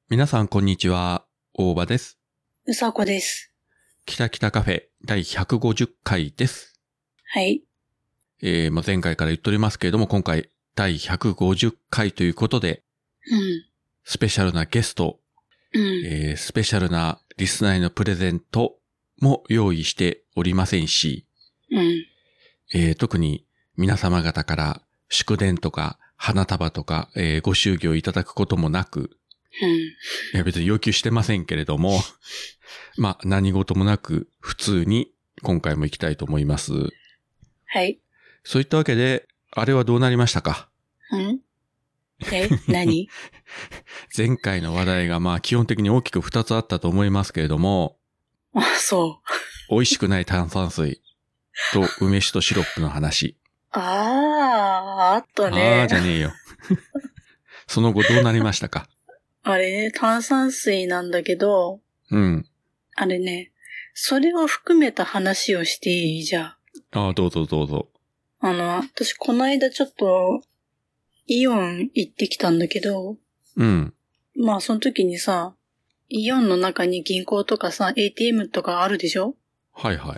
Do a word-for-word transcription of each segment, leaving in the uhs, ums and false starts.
皆さんこんにちは、大場です。 うさこです。 きたきたカフェ第ひゃくごじゅっかいです。 はい。 えー、もう前回から言っておりますけれども、今回第ひゃくごじゅっかいということで、 うん。 スペシャルなゲスト、 うん。 えー、スペシャルなリスナーへのプレゼントも用意しておりませんし、 うん。 えー、特に皆様方から祝電とか花束とか、えー、ご祝儀をいただくこともなく、 うん。 いや別に要求してませんけれども、まあ何事もなく普通に今回も行きたいと思います。 はい。 そういったわけで、あれはどうなりましたか？ んえ何前回の話題がまあ基本的に大きくふたつあったと思いますけれども、 あ、そ美味しくない炭酸水と梅酒とシロップの話。 う。ああ、あったね。 あーじゃねえよ。その後どうなりましたか？ あれね、炭酸水なんだけど、 うん。 あれね、それを含めた話をしていいじゃん。 ああ、どうぞどうぞ。 あの、私この間ちょっと、イオン行ってきたんだけど、 うん。 まあその時にさ、イオンの中に銀行とかさ、エーティーエム とかあるでしょ？ はいはい。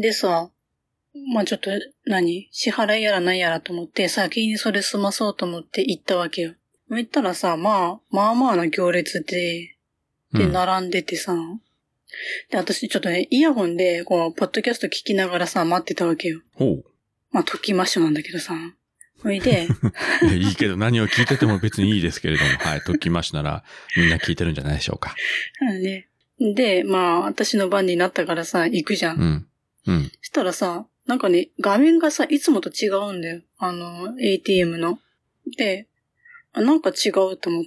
でさ、まあちょっと何支払いやら何やらと思って先にそれ済まそうと思って行ったわけよ。行ったらさ、まあ、まあまあな行列で、で、並んでてさ、うん、で、私ちょっとね、イヤホンで、こう、ポッドキャスト聞きながらさ、待ってたわけよ。 ほう。 まあ、ときましょなんだけどさ。ほいで。 いや、いいけど何を聞いてても別にいいですけれども、はい、ときましならみんな聞いてるんじゃないでしょうか。 で、で、まあ、私の番になったからさ、行くじゃん。 うん。うん。 したらさ、なんかね、画面がさ、いつもと違うんだよ。あの、エーティーエム の。で、なんか違うと思って、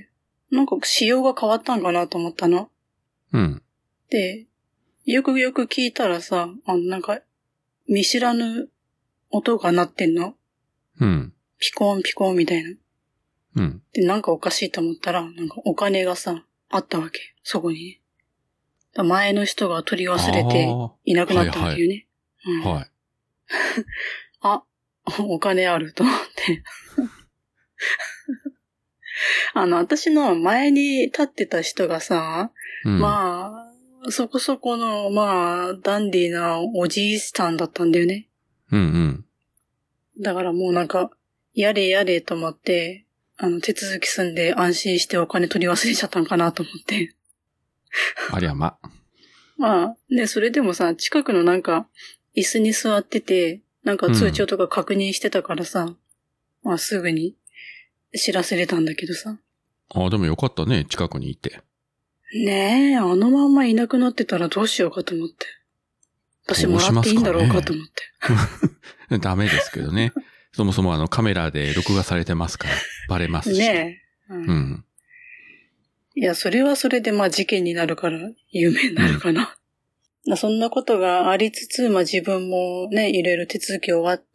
なんか仕様が変わったんかなと思ったの。 うん。 で、よくよく聞いたらさ、あの、なんか、見知らぬ音が鳴ってんの。 うん。 ピコンピコンみたいな。 うん。 で、なんかおかしいと思ったら、なんかお金がさ、あったわけ。そこにね。前の人が取り忘れていなくなったわけよね。 はい、はい。うんはい、 あ、お金あると思って。あの、私の前に立ってた人がさ、うん、まあ、そこそこの、まあ、ダンディーなおじいさんだったんだよね。 うんうん。 だからもうなんか、やれやれと思って、あの、手続き済んで安心してお金取り忘れちゃったんかなと思って。 ありゃま。 まあ、ね、それでもさ、近くのなんか、椅子に座ってて、なんか通帳とか確認してたからさ、うん、まあすぐに知らせれたんだけどさ。 ああ、でもよかったね、近くにいて。 ねえ、あのまんまいなくなってたらどうしようかと思って。私もらっていいんだろうかと思って。 ダメですけどね。そもそもあのカメラで録画されてますから、バレますし。 ねえ、うん。うん。いや、それはそれでまあ事件になるから有名になるかな。うん、そんなことがありつつ、まあ自分もね、いろいろ手続き終わって、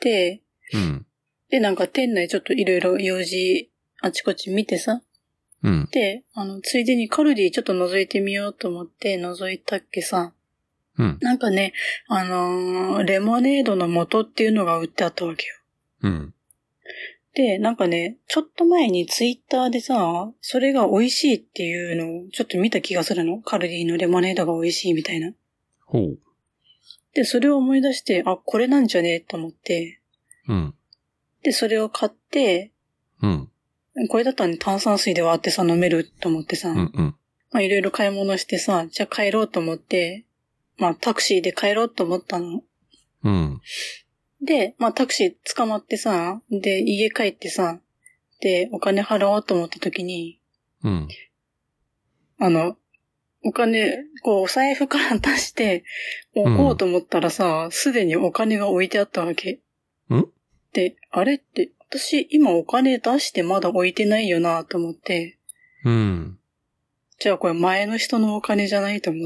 うん。 で、なんか店内ちょっといろいろ用事あちこち見てさ、 うん。 で、あの、ついでにカルディちょっと覗いてみようと思って覗いたっけさ、 うん。 なんかね、あのー、レモネードの素っていうのが売ってあったわけよ。 うん。 で、なんかね、ちょっと前にツイッターでさ、それが美味しいっていうのをちょっと見た気がするの。カルディのレモネードが美味しいみたいな。 ほう。 で、それを思い出して、あ、これなんじゃねえと思って。 うん。 で、それを買って、 うん。 これだったらね、炭酸水で割ってさ、飲めると思ってさ、 うんうん。 まあいろいろ買い物してさ、じゃあ帰ろうと思って、まあタクシーで帰ろうと思ったの。 うん。 で、まあタクシー捕まってさ、で、家帰ってさ、で、お金払おうと思った時に、 うん。 あの、お金、こう、お財布から出して、置こうと思ったらさ、すで、うん、にお金が置いてあったわけ。 ん？ で、あれって、私今お金出してまだ置いてないよなと思って。 うん。 じゃあこれ前の人のお金じゃないと思って。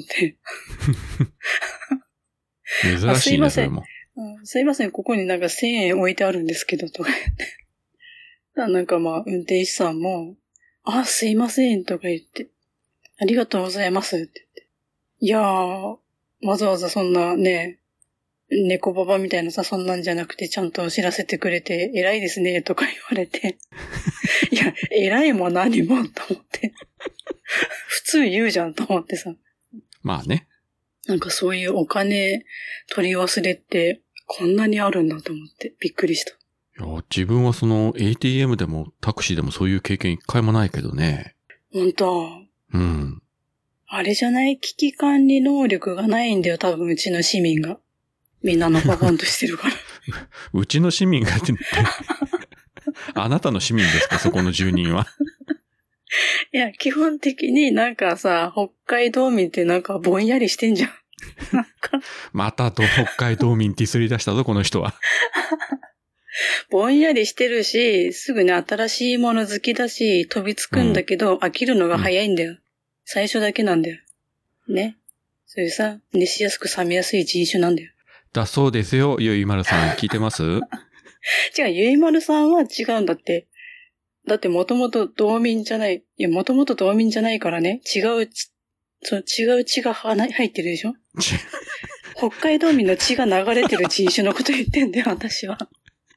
珍しいね、それも。 すいません、ここになんかせんえん置いてあるんですけど、とか言って。なんかまあ、運転手さんも、あ、すいません、とか言って、ありがとうございます、って言って。いやー、わざわざそんなね、猫ババみたいなさ、そんなんじゃなくてちゃんと知らせてくれて、偉いですね、とか言われて。いや、偉いも何も、と思って。 通言うじゃんと思ってさ。 まあね。 なんかそういうお金取り忘れってこんなにあるんだと思ってびっくりした。 いや、自分はその エーティーエム でもタクシーでもそういう経験一回もないけどね。 ほんと。 うん。 あれじゃない危機管理能力がないんだよ、多分うちの市民が。みんなのパパンとしてるから。 うちの市民がってあなたの市民ですか、そこの住人は。 いや、基本的になんかさ、北海道民ってなんかぼんやりしてんじゃん。なんかまたと北海道民ディスり出したぞ、この人は。 ぼんやりしてるし、すぐね、新しいもの好きだし、飛びつくんだけど、うん、飽きるのが早いんだよ、うん。最初だけなんだよ。ね。そういうさ、熱しやすく冷めやすい人種なんだよ。 だそうですよ、ゆいまるさん。聞いてます？違う、 ゆいまるさんは違うんだって。だってもともと道民じゃない。いや、もともと道民じゃないからね。違う、そう、違う血が入ってるでしょ北海道民の血が流れてる人種のこと言ってんだよ、私は。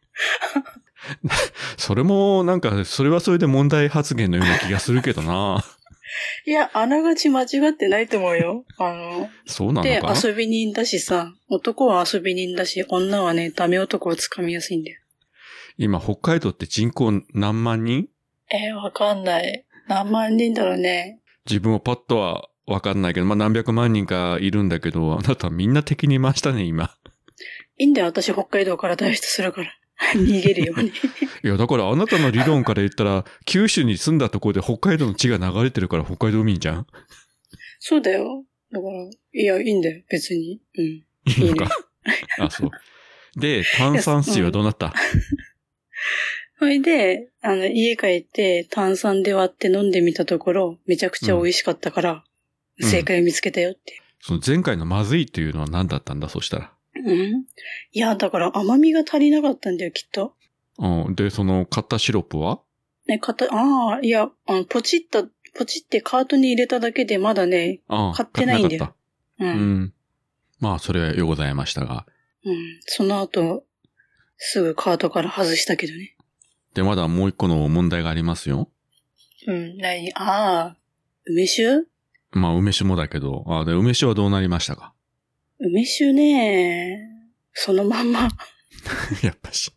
それも、なんか、それはそれで問題発言のような気がするけどな。 いや、あながち間違ってないと思うよ。あの、 そうなのか。 で、遊び人だしさ、男は遊び人だし、女はね、ダメ男をつかみやすいんだよ。 今、北海道って人口何万人？ えー、わかんない。何万人だろうね。 自分はパッとはわかんないけど、まあ、何百万人かいるんだけど、あなたみんな敵に回したね、今。 いいんだよ、私北海道から脱出するから。逃げるように。いや、だからあなたの理論から言ったら、九州に住んだところで北海道の血が流れてるから北海道民じゃん？そうだよ。だから、いや、いいんだよ、別に。うん。いいのか。いいね、あ、そう。で、炭酸水はどうなった？ それで、あの、家帰って炭酸で割って飲んでみたところ、めちゃくちゃ美味しかったから、うん、正解を見つけたよって、 うん。その前回のまずいっていうのは何だったんだ、そしたら。 うん。いや、だから甘みが足りなかったんだよ、きっと。 うん。で、その買ったシロップは？ ね、買った、ああ、いや、あの、ポチった、ポチってカートに入れただけでまだね、ああ買ってないんだよ。 うん。うん。まあ、それはようございましたが。 うん。その後、すぐカートから外したけどね。 で、まだもう一個の問題がありますよ。 うん、何？ああ、梅酒？ まあ、梅酒もだけど、ああ、で、梅酒はどうなりましたか？ 梅酒ね、そのまんま。 やっぱし。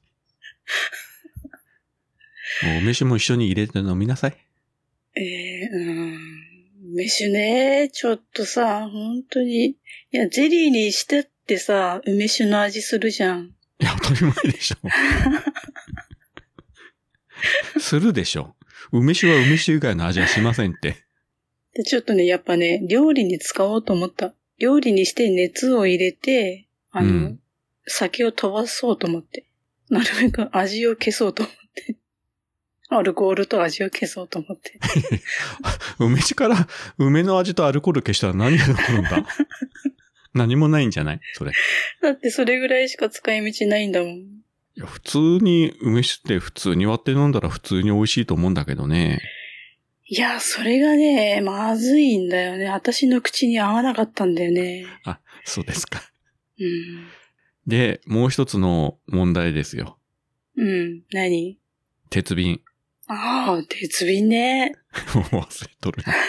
もう梅酒も一緒に入れて飲みなさい。 ええー、うん。梅酒ね、ちょっとさ、本当に。いや、ゼリーにしてってさ、梅酒の味するじゃん。 いや、当たり前でしょ。するでしょ。梅酒は梅酒以外の味はしませんって。 で、ちょっとね、やっぱね、料理に使おうと思った。料理にして熱を入れて、あの、うん、酒を飛ばそうと思って。なるべく味を消そうと思って。アルコールと味を消そうと思って。 梅酒から梅の味とアルコール消したら何が残るんだ？何もないんじゃない？それ。 だってそれぐらいしか使い道ないんだもん。いや、普通に梅酒って普通に割って飲んだら普通に美味しいと思うんだけどね。 いや、それがね、まずいんだよね。私の口に合わなかったんだよね。 あ、そうですか。 うん。 で、もう一つの問題ですよ。 うん。何？ 鉄瓶。 ああ、鉄瓶ね。 もう忘れとるね。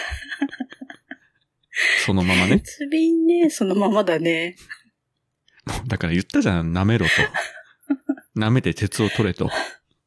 そのままね。 鉄瓶ね、そのままだね。 もうだから言ったじゃん、舐めろと。舐めて鉄を取れと。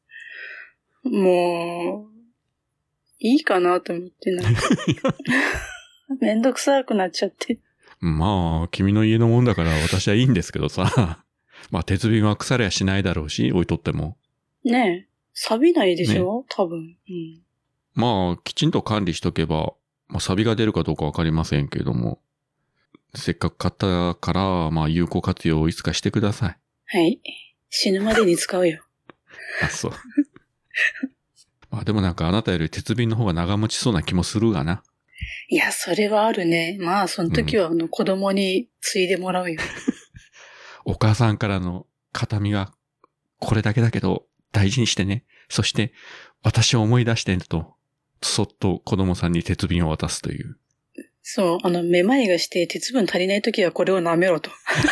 もう、いいかなと思ってな。めんどくさくなっちゃって。 まあ、君の家のもんだから私はいいんですけどさ。まあ、鉄瓶は腐れやしないだろうし、置いとっても。 ねえ。錆びないでしょ、ね、多分、うん。 まあ、きちんと管理しとけば、まあ、錆が出るかどうかわかりませんけれども、せっかく買ったから、まあ、有効活用をいつかしてください。 はい。死ぬまでに使うよ。 あ、そう。まあ、でもなんかあなたより鉄瓶の方が長持ちそうな気もするがな。 いや、それはあるね。まあ、その時はあの子供に継いでもらうよ。 お母さんからの形見がこれだけだけど大事にしてね。そして私を思い出してねと、そっと子供さんに鉄瓶を渡すという。そう、 あの、めまいがして鉄分足りない時はこれを舐めろと。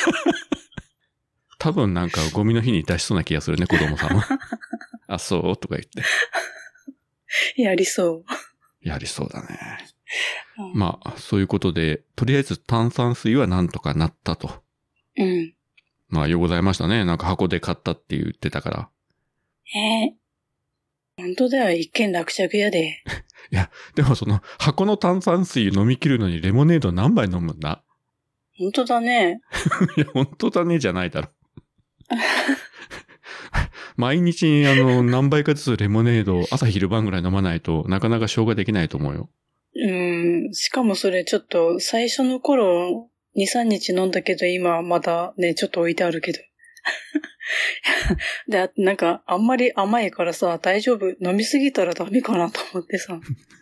多分なんかゴミの日に出しそうな気がするね、子供さんは。あ、そうとか言って。 やりそう。 やりそうだね。 まあ、そういうことで、とりあえず炭酸水はなんとかなったと。 うん。 まあ、ようございましたね。なんか箱で買ったって言ってたから。 ええ。本当だよ、一見落着やで。 いや、でもその箱の炭酸水飲み切るのにレモネード何杯飲むんだ？ 本当だね。 いや、本当だねじゃないだろ。毎日、あの、何杯かずつレモネードを朝昼晩ぐらい飲まないとなかなか消化できないと思うよ。 うん。しかもそれちょっと最初の頃に、さんにち飲んだけど今まだね、ちょっと置いてあるけど。で、なんかあんまり甘いからさ、大丈夫。飲みすぎたらダメかなと思ってさ。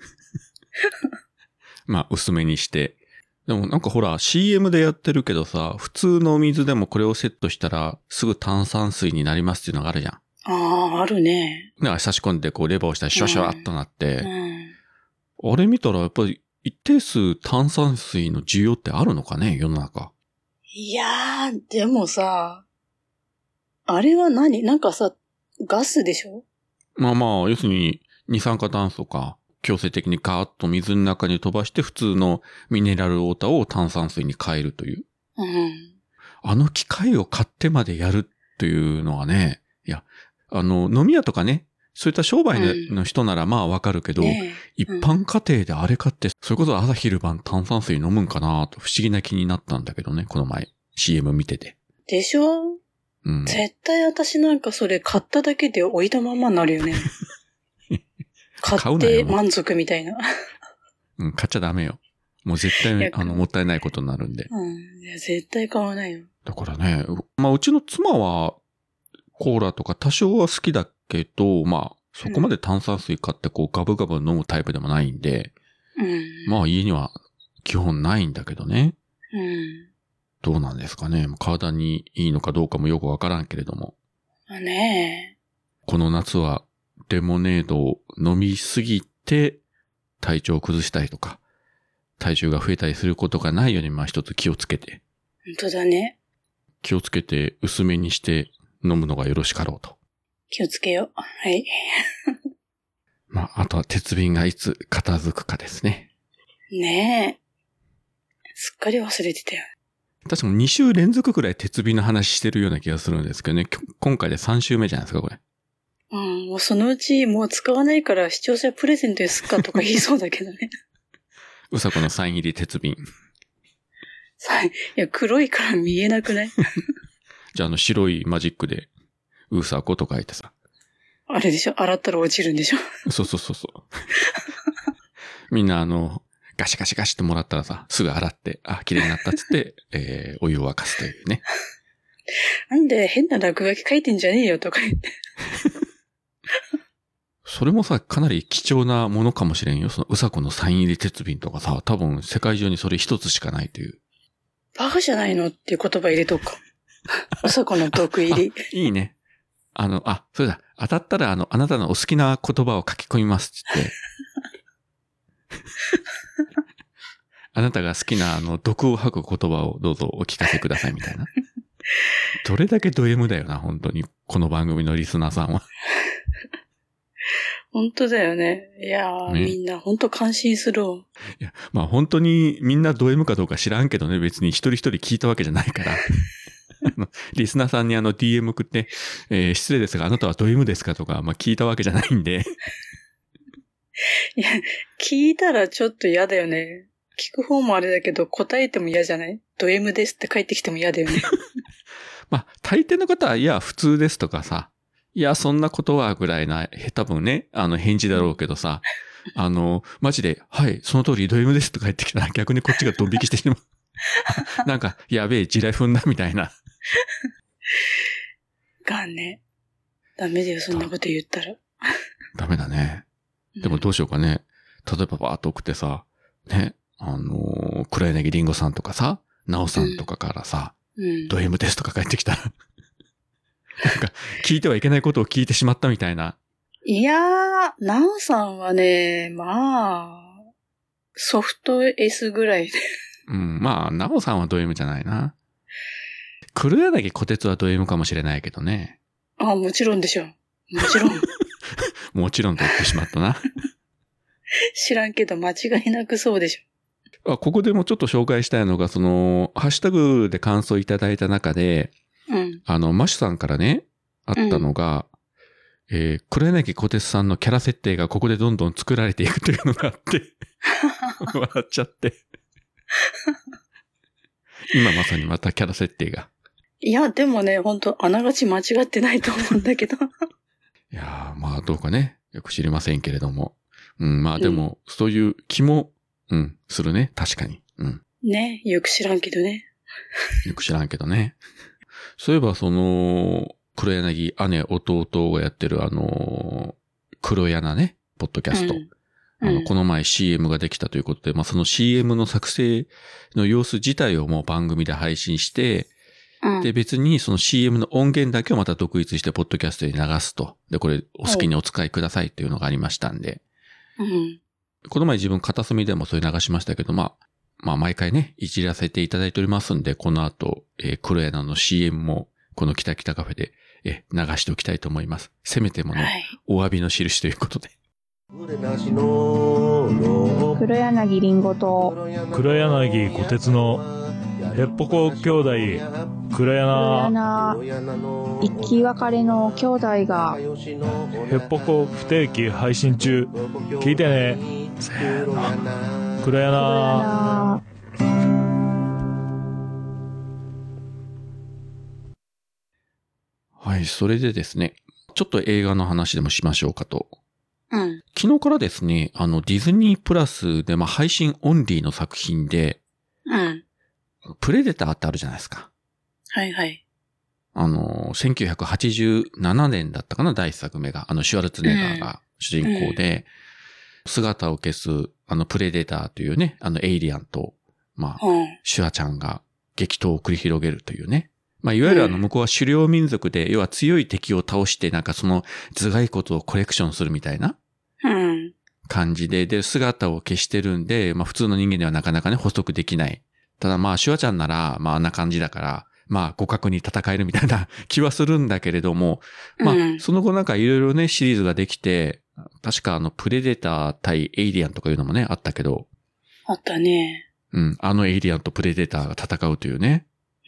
まあ、薄めにして。でもなんかほら シーエム でやってるけどさ、普通のお水でもこれをセットしたらすぐ炭酸水になりますっていうのがあるじゃん。 ああ、あるね。 だから差し込んでこうレバーをしたらシュワシュワっとなって、 うん、 あれ見たらやっぱり一定数炭酸水の需要ってあるのかね、世の中。 いやー、でもさ、あれは何？なんかさ、ガスでしょ？ まあまあ、要するに二酸化炭素か。強制的にガーッと水の中に飛ばして普通のミネラルウォーターを炭酸水に変えるという。 うん。 あの機械を買ってまでやるっていうのはね、いや、あの、飲み屋とかね、そういった商売の人ならまあわかるけど、ね、一般家庭であれ買って、それこそ朝昼晩炭酸水飲むんかなと不思議な気になったんだけどね、この前 シーエム 見てて。 でしょ？うん。絶対私なんかそれ買っただけで置いたままになるよね。買って満足みたいな。 うん、買っちゃダメよ。もう絶対、あの、もったいないことになるんで。 うん。いや、絶対買わないよ。 だからね、まあ、うちの妻は、コーラとか多少は好きだけど、まあ、そこまで炭酸水買ってこう、ガブガブ飲むタイプでもないんで、うん。まあ、家には基本ないんだけどね。うん。どうなんですかね。体にいいのかどうかもよくわからんけれども。 まあね。 この夏は、レモネードを飲みすぎて体調を崩したりとか、体重が増えたりすることがないように、まあ一つ気をつけて。 本当だね。 気をつけて薄めにして飲むのがよろしかろうと。 気をつけよう。はい。 まあ、あとは鉄瓶がいつ片付くかですね。 ねえ。すっかり忘れてたよ。 確かにに週連続くらい鉄瓶の話してるような気がするんですけどね。今回でさん週目じゃないですか、これ。 うん、もうそのうちもう使わないから視聴者プレゼントですかとか言いそうだけどね。 うさこのサイン入り鉄瓶。 いや、黒いから見えなくない？ じゃああの白いマジックで、うさこと書いてさ。 あれでしょ？洗ったら落ちるんでしょ？ そうそうそうそう。みんなあの、ガシガシガシってもらったらさ、すぐ洗って、あ、綺麗になったっつって、えー、お湯を沸かすというね。 なんで変な落書き書いてんじゃねえよとか言って。 それもさ、かなり貴重なものかもしれんよ。そのうさこのサイン入り鉄瓶とかさ、多分世界中にそれ一つしかないという。 バカじゃないのっていう言葉入れとくか。うさこの毒入り。 いいね。あの、あ、それだ。当たったらあの、あなたのお好きな言葉を書き込みますってって。あなたが好きなあの、毒を吐く言葉をどうぞお聞かせくださいみたいな。どれだけド M だよな、本当に。この番組のリスナーさんは。 本当だよね。いやー、ね、みんな本当感心するわ。いや、まあ本当にみんなド M かどうか知らんけどね、別に一人一人聞いたわけじゃないから。リスナーさんにあの ディーエム 送って、えー、失礼ですがあなたはド M ですかとか、まあ聞いたわけじゃないんで。 いや、聞いたらちょっと嫌だよね。聞く方もあれだけど答えても嫌じゃない？ド M ですって帰ってきても嫌だよね。 まあ大抵の方は、いや、普通ですとかさ、いや、そんなことはぐらいな、多分ね、あの、返事だろうけどさ、あの、マジで、はい、その通りド M ですとか言ってきたら逆にこっちがドン引きしてしまう。なんか、やべえ、地雷踏んだみたいな。 がんね。ダメだよ、そんなこと言ったら。 ダメだね。でもどうしようかね。例えばバーっと送ってさ、ね、あのー、黒柳りんごさんとかさ、なおさんとかからさ、うん、ド M ですとか帰ってきたら、なんか、聞いてはいけないことを聞いてしまったみたいな。 いやー、なおさんはね、まあ、ソフト S ぐらいで。 うん、まあ、なおさんはド M じゃないな。黒柳小鉄はド M かもしれないけどね。 ああ、もちろんでしょ。もちろん。 もちろんと言ってしまったな。 知らんけど間違いなくそうでしょ。あ、ここでもちょっと紹介したいのが、その、ハッシュタグで感想いただいた中で、 うん。 あの、マシュさんからね、あったのが、うん、えー、黒柳小鉄さんのキャラ設定がここでどんどん作られていくというのがあって、笑っちゃって。今まさにまたキャラ設定が。 いや、でもね、ほんと、あながち間違ってないと思うんだけど。 いやー、まあどうかね、よく知りませんけれども。うん、まあでも、うん、そういう気も、うん、するね、確かに。うん。 ね、よく知らんけどね。 よく知らんけどね。そういえば、その、黒柳姉、弟がやってるあの、黒柳ね、ポッドキャスト。うんあの、この前 シーエム ができたということで、まあ、その シーエム の作成の様子自体をもう番組で配信して、うん、で、別にその シーエム の音源だけをまた独立してポッドキャストに流すと。で、これお好きにお使いくださいっていうのがありましたんで。うん、この前自分片隅でもそれ流しましたけど、まあ、まあ毎回ね、いじらせていただいておりますんで、この後、えー、黒柳の シーエム もこのキタキタカフェで、えー、流しておきたいと思います。せめてもの、はい、お詫びの印ということで。 黒柳りんごと黒柳小鉄のへっぽこ兄弟黒柳生き別れの兄弟がへっぽこ不定期配信中聞いてねせーの黒柳はい、それでですね、ちょっと映画の話でもしましょうかと。 うん、 昨日からですね、あの、ディズニープラスで、まあ、配信オンリーの作品で、 うん。 プレデターってあるじゃないですか。 はいはい。 あの、せんきゅうひゃくはちじゅうななねんだったかな、第一作目が。あの、シュワルツェネッガーが主人公で、うん、姿を消す、あの、プレデターというね、あの、エイリアンと、まあ、うん、シュワちゃんが激闘を繰り広げるというね。まあ、いわゆるあの、向こうは狩猟民族で、要は強い敵を倒して、なんかその頭蓋骨をコレクションするみたいな感じで、で、姿を消してるんで、まあ、普通の人間ではなかなかね、捕捉できない。ただまあ、シュワちゃんなら、まあ、あんな感じだから、まあ、互角に戦えるみたいな気はするんだけれども、まあ、その後なんかいろいろね、シリーズができて、確かあの、プレデター対エイリアンとかいうのもね、あったけど。 あったね。 うん、あのエイリアンとプレデターが戦うというね。 うん。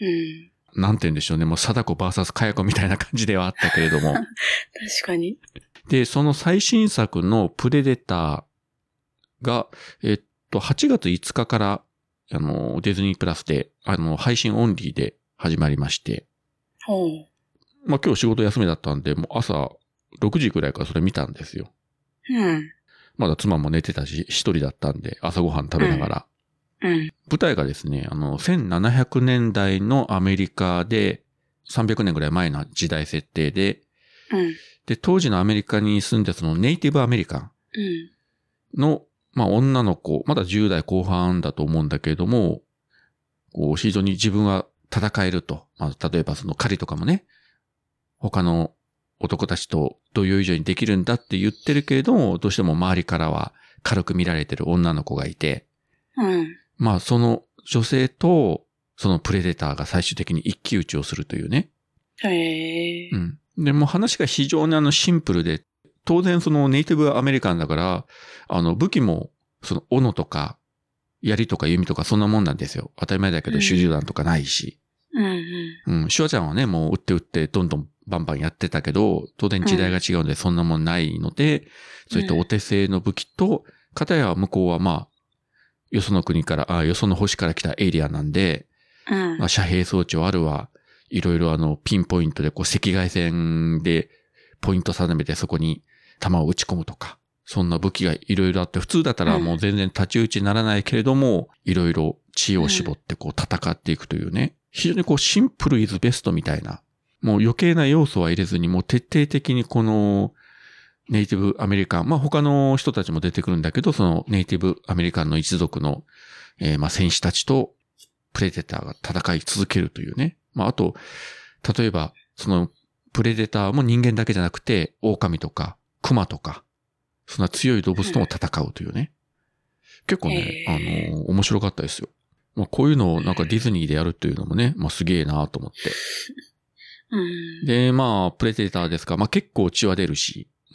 なんて言うんでしょうね。もう、貞子バーサスカヤコみたいな感じではあったけれども。 確かに。 で、その最新作のプレデターが、えっと、はちがついつかから、あの、ディズニープラスで、あの、配信オンリーで始まりまして。 ほう。 まあ、今日仕事休みだったんで、もう朝ろくじくらいからそれ見たんですよ。 うん。 まだ妻も寝てたし、一人だったんで、朝ごはん食べながら。 うん。うん、 舞台がですね、あの、せんななひゃくねんだいのアメリカで、さんびゃくねんぐらい前の時代設定で、 うん。 で、当時のアメリカに住んでそのネイティブアメリカンの、まあ女の子、まだじゅうだいこう半だと思うんだけれども、こう非常に自分は戦えると。まあ例えばその狩りとかもね、他の男たちと同様以上にできるんだって言ってるけれども、どうしても周りからは軽く見られてる女の子がいて、 うん、 まあその女性とそのプレデターが最終的に一騎打ちをするというね。 へー。 うん。で、もう話が非常にあのシンプルで、当然そのネイティブアメリカンだから、あの武器もその斧とか槍とか弓とかそんなもんなんですよ。当たり前だけど手榴弾とかないし。 うんうんうん。シュワちゃんはね、もう撃って撃ってどんどんバンバンやってたけど、当然時代が違うんでそんなもんないので、うん、そういったお手製の武器と、片や向こうはまあ、よその国から、あよその星から来たエイリアンなんで、 うんまあ、遮蔽装置はあるわ、いろいろあの、ピンポイントでこう赤外線でポイント定めてそこに弾を撃ち込むとか、そんな武器がいろいろあって、普通だったらもう全然太刀打ちにならないけれども、いろいろ知恵を絞ってこう戦っていくというね、非常にこうシンプルイズベストみたいな、もう余計な要素は入れずに、もう徹底的にこのネイティブアメリカン、まあ他の人たちも出てくるんだけど、そのネイティブアメリカンの一族の、えー、まあ戦士たちとプレデターが戦い続けるというね。まああと、例えばそのプレデターも人間だけじゃなくて、狼とか熊とか、そんな強い動物とも戦うというね。結構ね、あの、面白かったですよ。まあこういうのをなんかディズニーでやるっていうのもね、まあすげえなと思って。 うん、 で、まあ、プレデターですか。まあ結構血は出るし、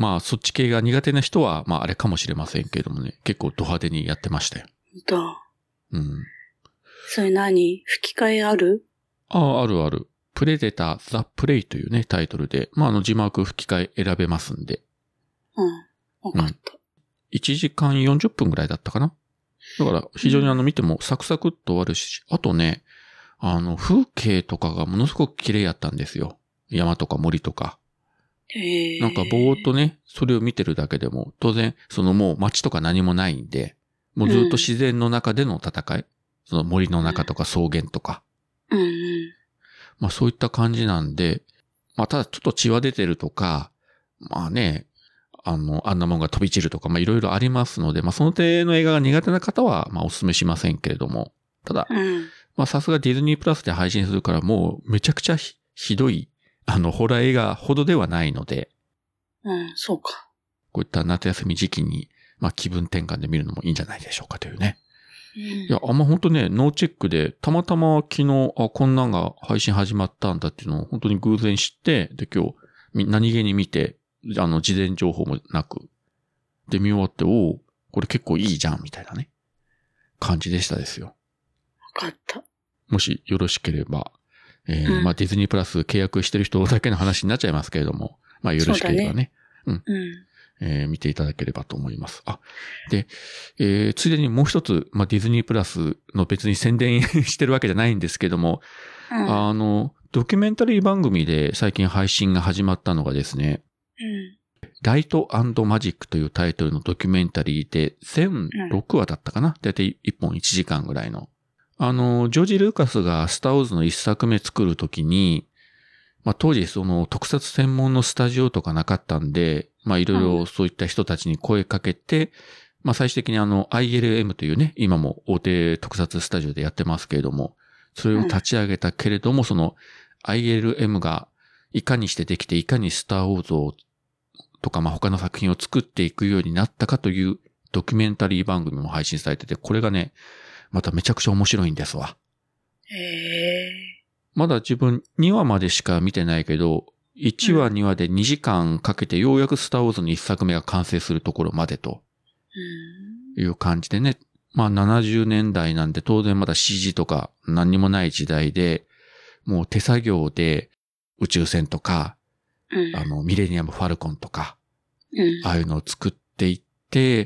まあそっち系が苦手な人は、まああれかもしれませんけれどもね、結構ド派手にやってましたよ。 どううん。 それ何吹き替えある？ ああ、あるある。プレデター・ザ・プレイというね、タイトルで、まああの字幕吹き替え選べますんで。 うん。わかった、うん。 いちじかんよんじゅっぷんぐらいだったかな。だから非常にあの見てもサクサクっと終わるし、あとね、あの風景とかがものすごく綺麗やったんですよ。山とか森とか。 へー。 なんかぼーっとね、それを見てるだけでも、当然、そのもう街とか何もないんで、もうずっと自然の中での戦い、うん、その森の中とか草原とか。 うんうん、 まあそういった感じなんで、まあただちょっと血は出てるとか、まあね、あの、あんなもんが飛び散るとか、まあいろいろありますので、まあその手の映画が苦手な方は、まあお勧めしませんけれども、ただ、うん、まあさすがディズニープラスで配信するからもうめちゃくちゃ ひ, ひどい、あの、ホラー映画ほどではないので、 うん、そうか。 こういった夏休み時期に、まあ気分転換で見るのもいいんじゃないでしょうかというね。うん、いや、あんま本当ね、ノーチェックで、たまたま昨日、あ、こんなんが配信始まったんだっていうのを本当に偶然知って、で今日、何気に見て、あの、事前情報もなく、で見終わって、おお、これ結構いいじゃん、みたいなね、感じでしたですよ。 わかった。 もしよろしければ、えー、うん、まあディズニープラス契約してる人だけの話になっちゃいますけれども、まあよろしければね。うねうん。うんえー、見ていただければと思います。あ、で、えー、ついでにもう一つ、まあ、ディズニープラスの別に宣伝してるわけじゃないんですけども、うん、あの、ドキュメンタリー番組で最近配信が始まったのがですね、うん、ライト&マジックというタイトルのドキュメンタリーで、全ろくわだったかな、だいたいいっぽんいちじかんぐらいの。あの、ジョージ・ルーカスがスター・ウォーズの一作目作るときに、まあ当時その特撮専門のスタジオとかなかったんで、まあいろいろそういった人たちに声かけて、うん、まあ最終的にあの アイエルエム というね、今も大手特撮スタジオでやってますけれども、それを立ち上げたけれども、うん、その アイエルエム がいかにしてできて、いかにスターウォーズをとかまあ他の作品を作っていくようになったかというドキュメンタリー番組も配信されてて、これがね、まためちゃくちゃ面白いんですわ。 へー。 まだ自分にわまでしか見てないけど、いちわにわでにじかんかけてようやくスターウォーズのいっさくめが完成するところまでという感じでね。まあななじゅうねんだいなんで当然まだ シージー とか何にもない時代で、もう手作業で宇宙船とか、あのミレニアム・ファルコンとか、ああいうのを作っていって、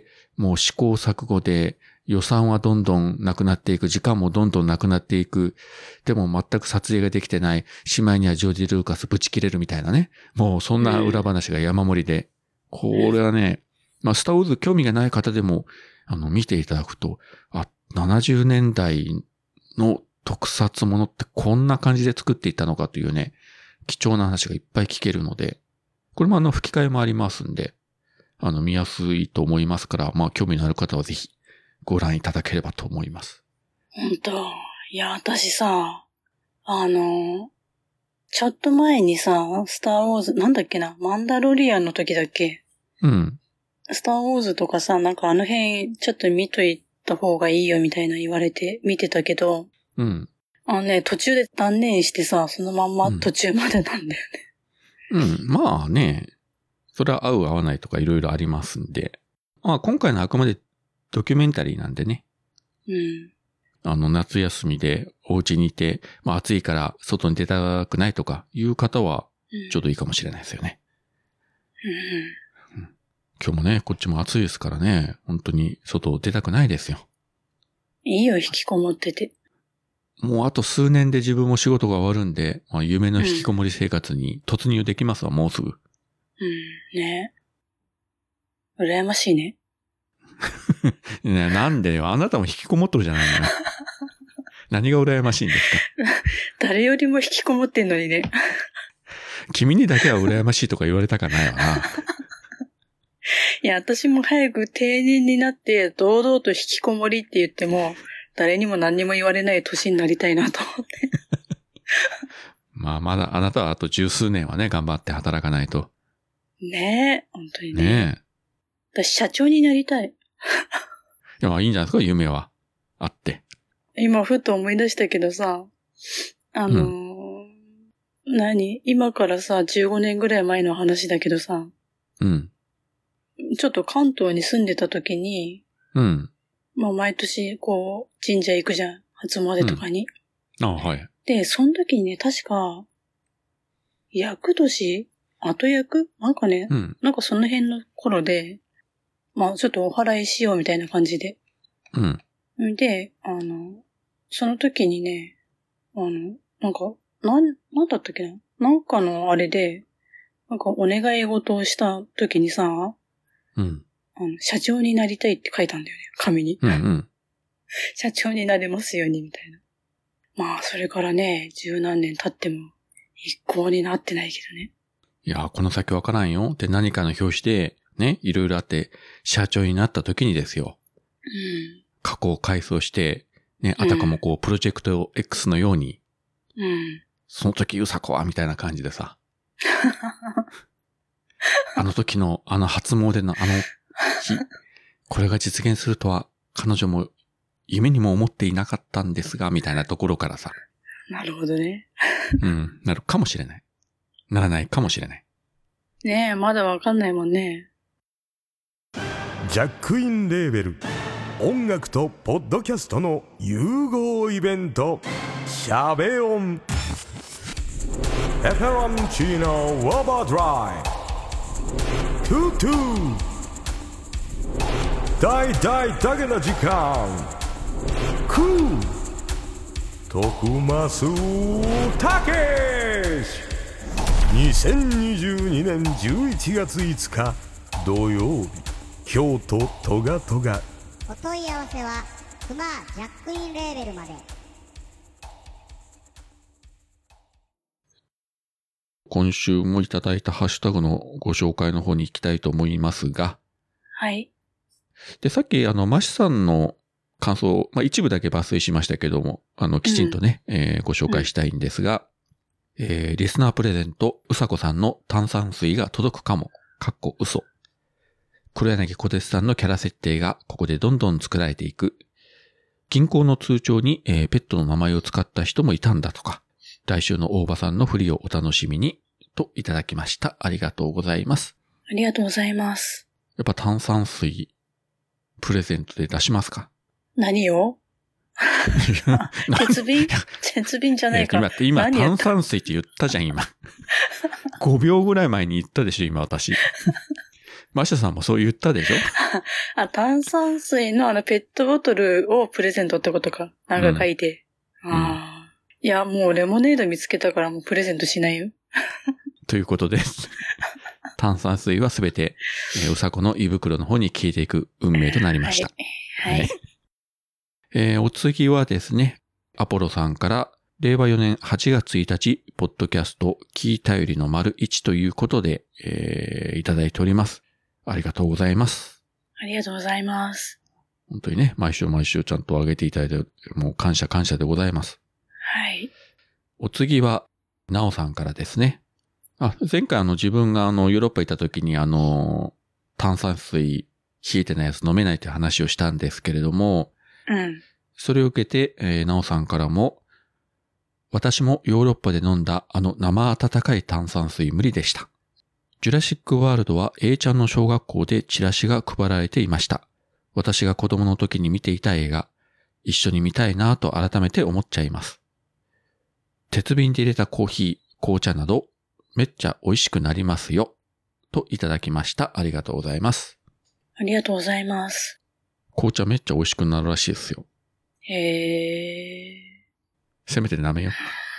もう試行錯誤で予算はどんどんなくなっていく。時間もどんどんなくなっていく。でも全く撮影ができてない。しまいにはジョージ・ルーカスぶち切れるみたいなね。もうそんな裏話が山盛りで。これはね、まあスターウォーズ興味がない方でも、あの、見ていただくと、あ、ななじゅうねんだいの特撮ものってこんな感じで作っていったのかというね、貴重な話がいっぱい聞けるので、これもあの吹き替えもありますんで、あの見やすいと思いますから、まあ興味のある方はぜひ、ご覧いただければと思います。 ほんと。いや、私さ、あの、ちょっと前にさ、スターウォーズ、なんだっけな、マンダロリアンの時だっけ？ うん。 スターウォーズとかさ、なんかあの辺ちょっと見といた方がいいよみたいな言われて見てたけど、 うん。 あのね、途中で断念してさ、そのまんま途中までなんだよね。 うん、うん、まあね、それは合う合わないとかいろいろありますんで、まあ今回のあくまでドキュメンタリーなんでね。 うん。 あの、夏休みでお家にいて、まあ暑いから外に出たくないとかいう方は、ちょうどいいかもしれないですよね。 うん。 うん、今日もね、こっちも暑いですからね、本当に外出たくないですよ。 いいよ、引きこもってて。 もうあと数年で自分も仕事が終わるんで、まあ、夢の引きこもり生活に突入できますわ、うん、もうすぐ。 うん、ね。羨ましいね。 ね、なんでよ、あなたも引きこもっとるじゃないの。何が羨ましいんですか。 誰よりも引きこもってんのにね。 君にだけは羨ましいとか言われたかないわな。 いや、私も早く定年になって堂々と引きこもりって言っても、誰にも何にも言われない年になりたいなと思って。 まあ、まだあなたはあと十数年はね、頑張って働かないと。 ねえ、本当にね。 ねえ。 私社長になりたい。 いや、まあいいんじゃないですか、夢は。あって。 今、ふと思い出したけどさ、あのー、うん、何今からさ、じゅうごねんぐらい前の話だけどさ、 うん。 ちょっと関東に住んでた時に、 うん。 まあ毎年こう神社行くじゃん。初詣とかに。 うん、あはい。 で、その時にね、確か、厄年後役なんかね、 うん。 なんかその辺の頃で、まあちょっとお祓いしようみたいな感じで。 うん。 で、あの、その時にね、あの、なんか、なん、なんだったっけななんかのあれで、なんかお願い事をした時にさ、 うん。 あの、社長になりたいって書いたんだよね、紙に。 うんうん。 社長になれますように、みたいな。まあ、それからね、十何年経っても、一向になってないけどね。 いや、この先わからんよ。で、何かの表紙で、ね、いろいろあって、社長になった時にですよ。 うん。 過去を回想して、ね、あたかもこう、プロジェクト X のように、 うん。 その時うさこは、みたいな感じでさ。あの時の、あの初詣のあの日、これが実現するとは、彼女も夢にも思っていなかったんですが、みたいなところからさ。 なるほどね。 うん、なるかもしれない。ならないかもしれない。 ねえ、まだわかんないもんね。 ジャックインレーベル音楽とポッドキャストの融合イベントシャベオンペペロンチーノウォーバードライトゥトゥ大大だけの時間クー徳マスたけしにせんにじゅうにねんじゅういちがついつか土曜日京都トガトガお問い合わせはクマジャックインレーベルまで。 今週もいただいたハッシュタグのご紹介の方に行きたいと思いますが。 はい。 で、さっきあの、マシさんの感想、まあ、一部だけ抜粋しましたけども、あの、きちんとね、うん、えー、ご紹介したいんですが、うん、えー、リスナープレゼント、うさこさんの炭酸水が届くかも、かっこ嘘。黒柳小鉄さんのキャラ設定がここでどんどん作られていく。銀行の通帳に、えー、ペットの名前を使った人もいたんだとか、来週の大場さんの振りをお楽しみに、といただきました。ありがとうございます。 ありがとうございます。 やっぱ炭酸水、プレゼントで出しますか？ 何を鉄瓶鉄瓶じゃないか。 今、今炭酸水って言ったじゃん、今。ごびょうぐらい前に言ったでしょ、今私。マシャさんもそう言ったでしょあ、炭酸水のあのペットボトルをプレゼントってことか。なんか書いて。うん、ああ。いや、もうレモネード見つけたからもうプレゼントしないよ。 ということです。炭酸水はすべて、えー、うさこの胃袋の方に消えていく運命となりました。 はい。はい、 えー、お次はですね、アポロさんから、れいわよねんはちがつついたち、ポッドキャスト、聞いたよりの丸いちということで、えー、いただいております。ありがとうございます。 ありがとうございます。 本当にね、毎週毎週ちゃんと上げていただいて、もう感謝感謝でございます。 はい。 お次は、なおさんからですね。あ、前回あの自分があのヨーロッパ行った時にあの、炭酸水冷えてないやつ飲めないという話をしたんですけれども、 うん。 それを受けて、えー、なおさんからも、私もヨーロッパで飲んだあの生温かい炭酸水無理でした。ジュラシックワールドは A ちゃんの小学校でチラシが配られていました。私が子供の時に見ていた映画、一緒に見たいなぁと改めて思っちゃいます。鉄瓶で入れたコーヒー、紅茶など、めっちゃ美味しくなりますよ。といただきました。ありがとうございます。 ありがとうございます。 紅茶めっちゃ美味しくなるらしいですよ。 へー。 せめて舐めよ。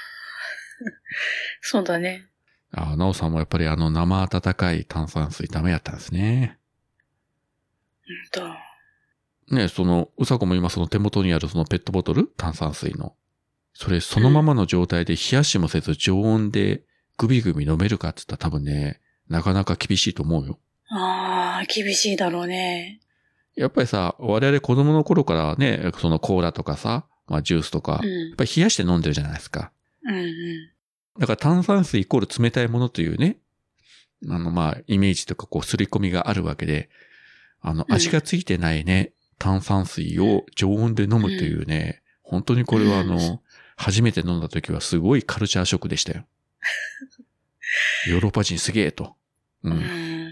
そうだね。 ああ、なおさんもやっぱりあの生温かい炭酸水ダメやったんですね。 うんと。 ね、その、うさこも今その手元にあるそのペットボトル炭酸水の。それそのままの状態で冷やしもせず常温でグビグビ飲めるかって言ったら多分ね、なかなか厳しいと思うよ。 ああ、厳しいだろうね。 やっぱりさ、我々子供の頃からね、そのコーラとかさ、まあジュースとか、うん、やっぱり冷やして飲んでるじゃないですか。 うんうん。 だから炭酸水イコール冷たいものというね、あのまあイメージとかこう刷り込みがあるわけで、あの味がついてないね、うん、炭酸水を常温で飲むというね、うん、本当にこれはあの、うん、初めて飲んだ時はすごいカルチャーショックでしたよ。ヨーロッパ人すげえと。うん。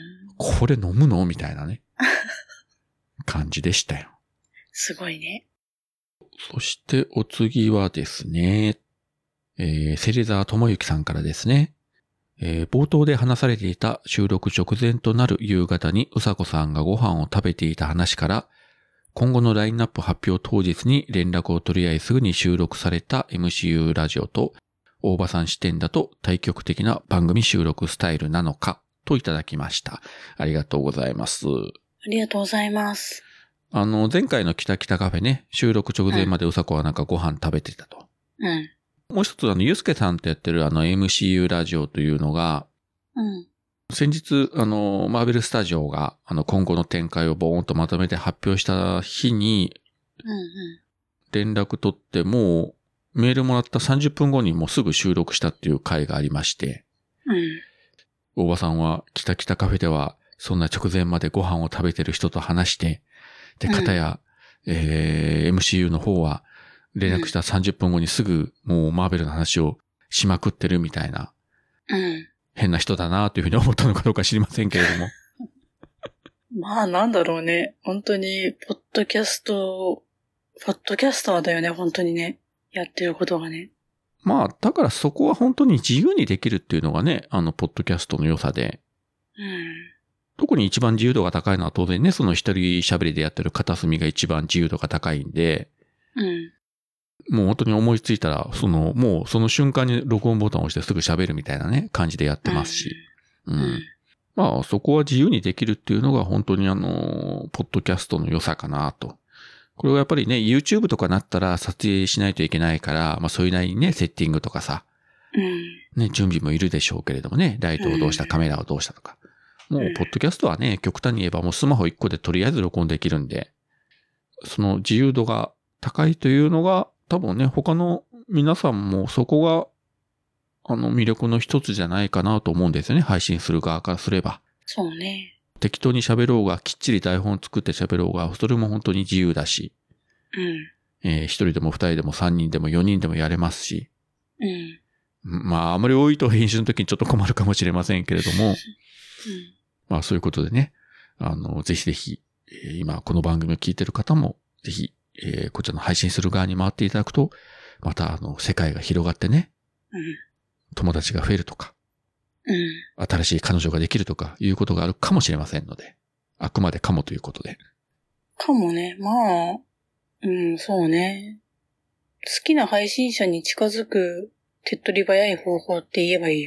これ飲むのみたいなね。感じでしたよ。 すごいね。 そしてお次はですね、えー、芹沢智之さんからですね、えー、冒頭で話されていた収録直前となる夕方にうさこさんがご飯を食べていた話から、今後のラインナップ発表当日に連絡を取り合いすぐに収録された エムシーユー ラジオと大場さん視点だと対極的な番組収録スタイルなのかといただきました。ありがとうございます。 ありがとうございます。 あの、前回のキタキタカフェね、収録直前までうさこはなんかご飯食べてたと。 うん。 もう一つあの、ゆうすけさんとやってるあの エムシーユー ラジオというのが、 うん。 先日、あの、マーベルスタジオが、あの、今後の展開をボーンとまとめて発表した日に、 うんうん。 連絡取ってもう、メールもらったさんじゅっぷんごにもうすぐ収録したっていう回がありまして、 うん。 大場さんは、キタキタカフェでは、そんな直前までご飯を食べてる人と話して、で、かたや、うん、えー、エムシーユー の方は、連絡したさんじゅっぷんごにすぐ、もうマーベルの話をしまくってるみたいな、 うん。 変な人だなというふうに思ったのかどうか知りませんけれども。 まあなんだろうね。本当に、ポッドキャスト、ポッドキャスターだよね、本当にね。やってることがね。 まあ、だからそこは本当に自由にできるっていうのがね、あの、ポッドキャストの良さで。 うん。 特に一番自由度が高いのは当然ね、その一人喋りでやってる片隅が一番自由度が高いんで。 うん。 もう本当に思いついたら、その、もうその瞬間に録音ボタンを押してすぐ喋るみたいなね、感じでやってますし。うん。うん、まあ、そこは自由にできるっていうのが本当にあの、ポッドキャストの良さかなと。これはやっぱりね、YouTube とかなったら撮影しないといけないから、まあそういうなりにね、セッティングとかさ。 うん。 ね、準備もいるでしょうけれどもね、ライトをどうした、カメラをどうしたとか。もう、ポッドキャストはね、極端に言えばもうスマホいっこでとりあえず録音できるんで、その自由度が高いというのが、多分ね、他の皆さんもそこが、あの、魅力の一つじゃないかなと思うんですよね。配信する側からすれば。 そうね。 適当に喋ろうが、きっちり台本作って喋ろうが、それも本当に自由だし。 うん。 えー、一人でも二人でも三人でも四人でもやれますし。 うん。 まあ、あまり多いと編集の時にちょっと困るかもしれませんけれども。うん。まあ、そういうことでね。あの、ぜひぜひ、えー、今この番組を聞いてる方も、ぜひ、えー、こちらの配信する側に回っていただくと、またあの、世界が広がってね、 うん、 友達が増えるとか、 うん、 新しい彼女ができるとかいうことがあるかもしれませんので、あくまでかもということで。 かもね、まあ、うん、そうね。好きな配信者に近づく手っ取り早い方法って言えばいいよ。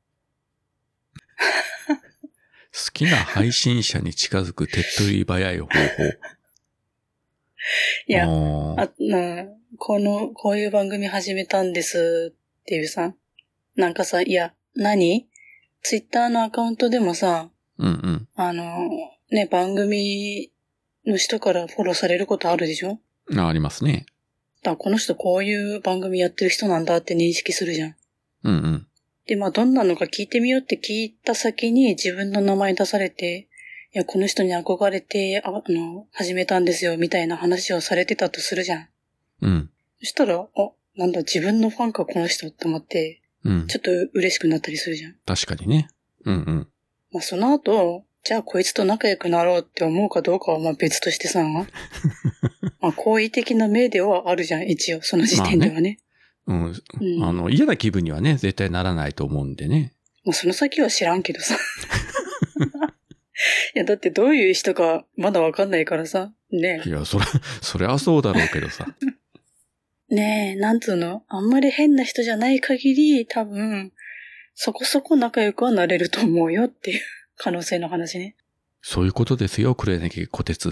好きな配信者に近づく手っ取り早い方法。 いや、あ、な、この、こういう番組始めたんですっていうさ、なんかさ、いや、何？ツイッターのアカウントでもさ、 うんうん。 あの、ね、番組の人からフォローされることあるでしょ？ あ、ありますね。 だからこの人こういう番組やってる人なんだって認識するじゃん。 うんうん。 で、まあどんなのか聞いてみようって聞いた先に自分の名前出されて、いや、この人に憧れて、あ、あの、始めたんですよ、みたいな話をされてたとするじゃん。 うん。 そしたら、あ、なんだ、自分のファンか、この人って思って、 うん。 ちょっと嬉しくなったりするじゃん。 確かにね。うんうん。 まあ、その後、じゃあこいつと仲良くなろうって思うかどうかはまあ別としてさ、まあ、好意的な目ではあるじゃん、一応、その時点ではね。 まあね。うん。うん。あの、嫌な気分にはね、絶対ならないと思うんでね。 まあ、その先は知らんけどさ。いや、だってどういう人かまだわかんないからさ。ねえ。いや、それ、そりゃそうだろうけどさ。 ねえ、なんつうの、あんまり変な人じゃない限り、多分、そこそこ仲良くはなれると思うよっていう可能性の話ね。 そういうことですよ、黒柳小鉄。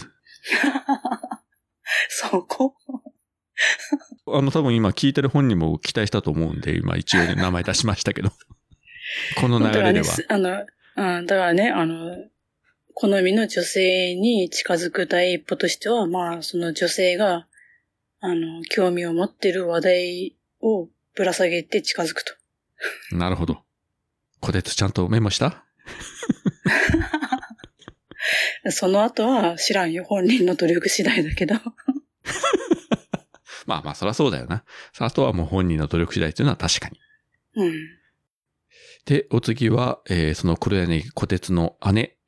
そこあの、多分今聞いてる本人も期待したと思うんで、今一応ね、名前出しましたけど。この流れでは。 あの、うん、だからね、あの、好みの女性に近づく第一歩としては、まあ、その女性が、あの、興味を持ってる話題をぶら下げて近づくと。 なるほど。小鉄ちゃんとメモした？ その後は知らんよ。本人の努力次第だけど。 まあまあ、そりゃそうだよな。あとはもう本人の努力次第というのは確かに。 うん。 で、お次は、えー、その黒柳小鉄の姉、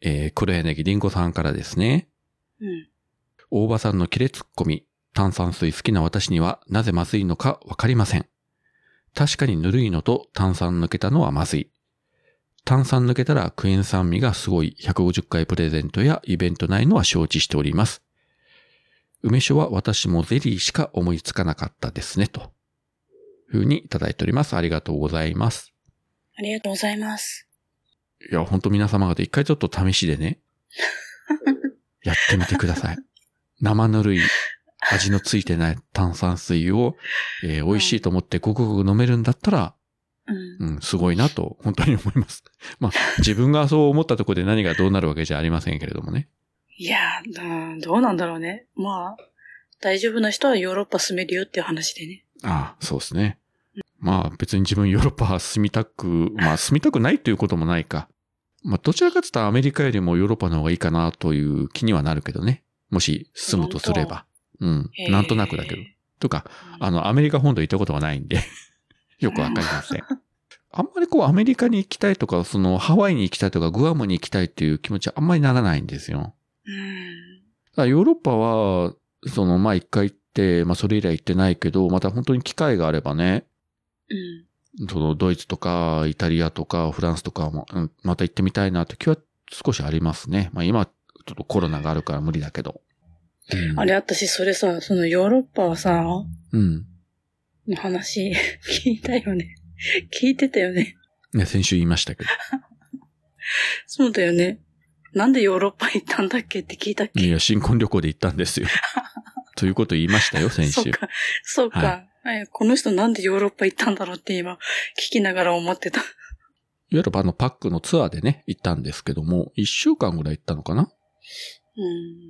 えー、黒柳りんごさんからですね。 うん。 大場さんのキレツッコミ、炭酸水好きな私にはなぜまずいのかわかりません。確かにぬるいのと炭酸抜けたのはまずい。炭酸抜けたらクエン酸味がすごいひゃくごじゅっかいプレゼントやイベントないのは承知しております。梅酒は私もゼリーしか思いつかなかったですね、というふうにいただいております。ありがとうございます。 ありがとうございます。 いや、ほんと皆様方一回ちょっと試しでね、やってみてください。生ぬるい味のついてない炭酸水を、えー、美味しいと思ってごくごく飲めるんだったら、うん、うん、すごいなと本当に思います。まあ、自分がそう思ったところで何がどうなるわけじゃありませんけれどもね。 いやー、どうなんだろうね。まあ、大丈夫な人はヨーロッパ住めるよっていう話でね。 ああ、そうですね。うん、まあ別に自分ヨーロッパ住みたく、まあ住みたくないということもないか。まあどちらかというとアメリカよりもヨーロッパの方がいいかなという気にはなるけどね。もし住むとすれば。うん。なんとなくだけど。とか、あの、アメリカ本土行ったことがないんで、よくわかりません。あんまりこうアメリカに行きたいとか、そのハワイに行きたいとかグアムに行きたいっていう気持ちはあんまりならないんですよ。 うん、 だからヨーロッパは、その、まあ、一回行って、まあ、それ以来行ってないけど、また本当に機会があればね、 うん、 その、ドイツとか、イタリアとか、フランスとかも、うん、また行ってみたいなって気は少しありますね。まあ、今、ちょっとコロナがあるから無理だけど。 うん、あれ、私、それさ、そのヨーロッパはさ、 うん。 の話、聞いたよね。聞いてたよね。 ね、先週言いましたけど。 そうだよね。なんでヨーロッパ行ったんだっけって聞いたっけ？ いや、新婚旅行で行ったんですよ。ということ言いましたよ、先週。 そうか。そうか、はい。この人なんでヨーロッパ行ったんだろうって今、聞きながら思ってた。いわゆるあのパックのツアーでね、行ったんですけども、一週間ぐらい行ったのかな？ うん。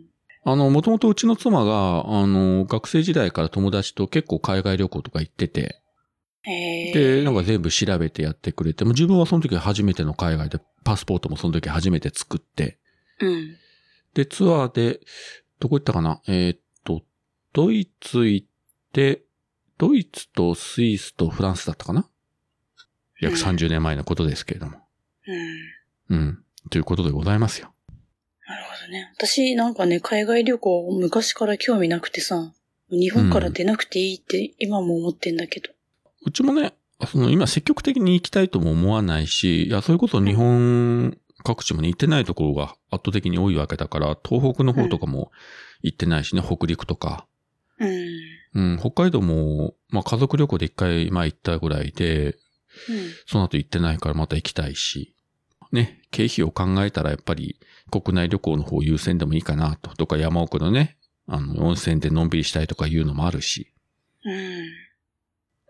あの、もともとうちの妻が、あの、学生時代から友達と結構海外旅行とか行ってて、 へー。 で、なんか全部調べてやってくれて、もう自分はその時初めての海外で、パスポートもその時初めて作って、 うん。 で、ツアーで、どこ行ったかな？えー、っと、ドイツ行って、ドイツとスイスとフランスだったかな？約さんじゅうねんまえのことですけれども。 うん。 うん。ということでございますよ。 なるほどね。私なんかね、海外旅行昔から興味なくてさ、日本から出なくていいって今も思ってんだけど。 うん、うちもね、その今積極的に行きたいとも思わないし、いや、それこそ日本各地もね、行ってないところが圧倒的に多いわけだから、東北の方とかも行ってないしね、うん、北陸とか。 うん。 うん、北海道も、まあ家族旅行で一回前行ったぐらいで、うん、その後行ってないからまた行きたいし、ね、経費を考えたらやっぱり国内旅行の方優先でもいいかなと、とか山奥のね、あの、温泉でのんびりしたいとかいうのもあるし、 うん。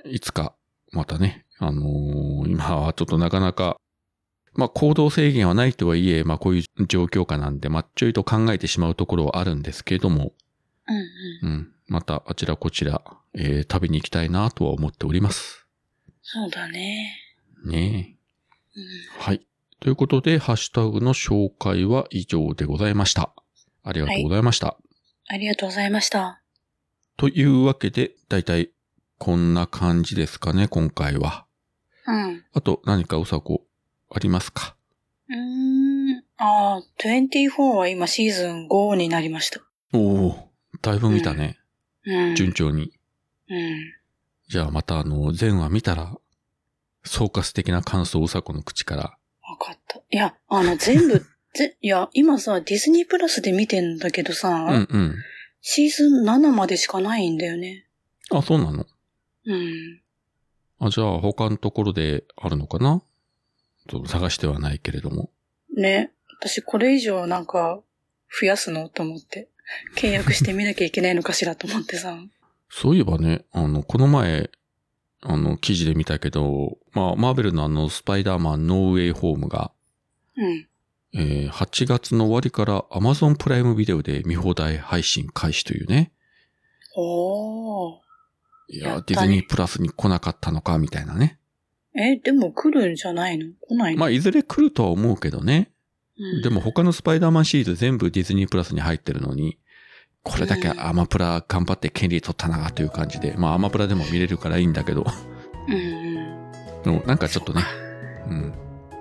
いつかまたね、あのー、今はちょっとなかなか、まあ行動制限はないとはいえ、まあこういう状況下なんで、まあちょいと考えてしまうところはあるんですけれども、 うんうん。 うん。またあちらこちら、えー、旅に行きたいなとは思っております。 そうだね。 ねえ。 うん。 はい。ということで、ハッシュタグの紹介は以上でございました。ありがとうございました。はい、 ありがとうございました。 というわけで、だいたいこんな感じですかね、今回は。 うん。 あと何かうさこありますか？ うーん。ああ、にじゅうよんは今シーズンごになりました。 おお、だいぶ見たね。 うん。 順調に。 うん。 じゃあまたあの、前話見たら、総括的な感想をうさこの口から。 わかった。いや、あの、全部、ぜ、いや、今さ、ディズニープラスで見てんだけどさ、 うんうん。 シーズンななまでしかないんだよね。 あ、そうなの？ うん。 あ、じゃあ他のところであるのかな？ちょっと探してはないけれども。 ね。私これ以上なんか増やすのと思って。契約してみなきゃいけないのかしらと思ってさ。 そういえばね、あの、この前、あの、記事で見たけど、まあ、マーベルのあの、スパイダーマンノーウェイホームが、 うん。 えー、はちがつの終わりから Amazon プライムビデオで見放題配信開始というね。 おー。 いや、 やったねディズニープラスに来なかったのか、みたいなね。 え、でも来るんじゃないの？来ないの？ まあ、いずれ来るとは思うけどね。 うん、 でも他のスパイダーマンシリーズ全部ディズニープラスに入ってるのに、これだけアマプラ頑張って権利取ったなという感じで、まあアマプラでも見れるからいいんだけど。 うんうん。 でもなんかちょっとね、うん。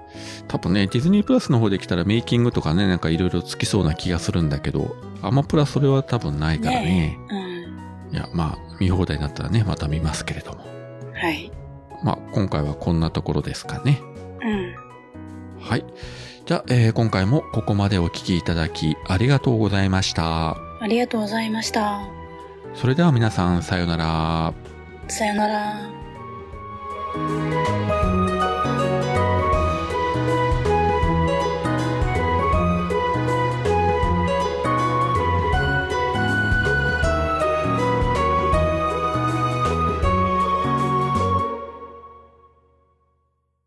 多分ね、ディズニープラスの方で来たらメイキングとかね、なんかいろいろつきそうな気がするんだけど、アマプラそれは多分ないからね。 ねいや、まあ、見放題になったらね、また見ますけれども。 うん。はい。 まあ、今回はこんなところですかね。 うん。 はい。じゃあ、えー今回もここまでお聞きいただきありがとうございました。 ありがとうございました。 それでは皆さん、さようなら。 さよなら。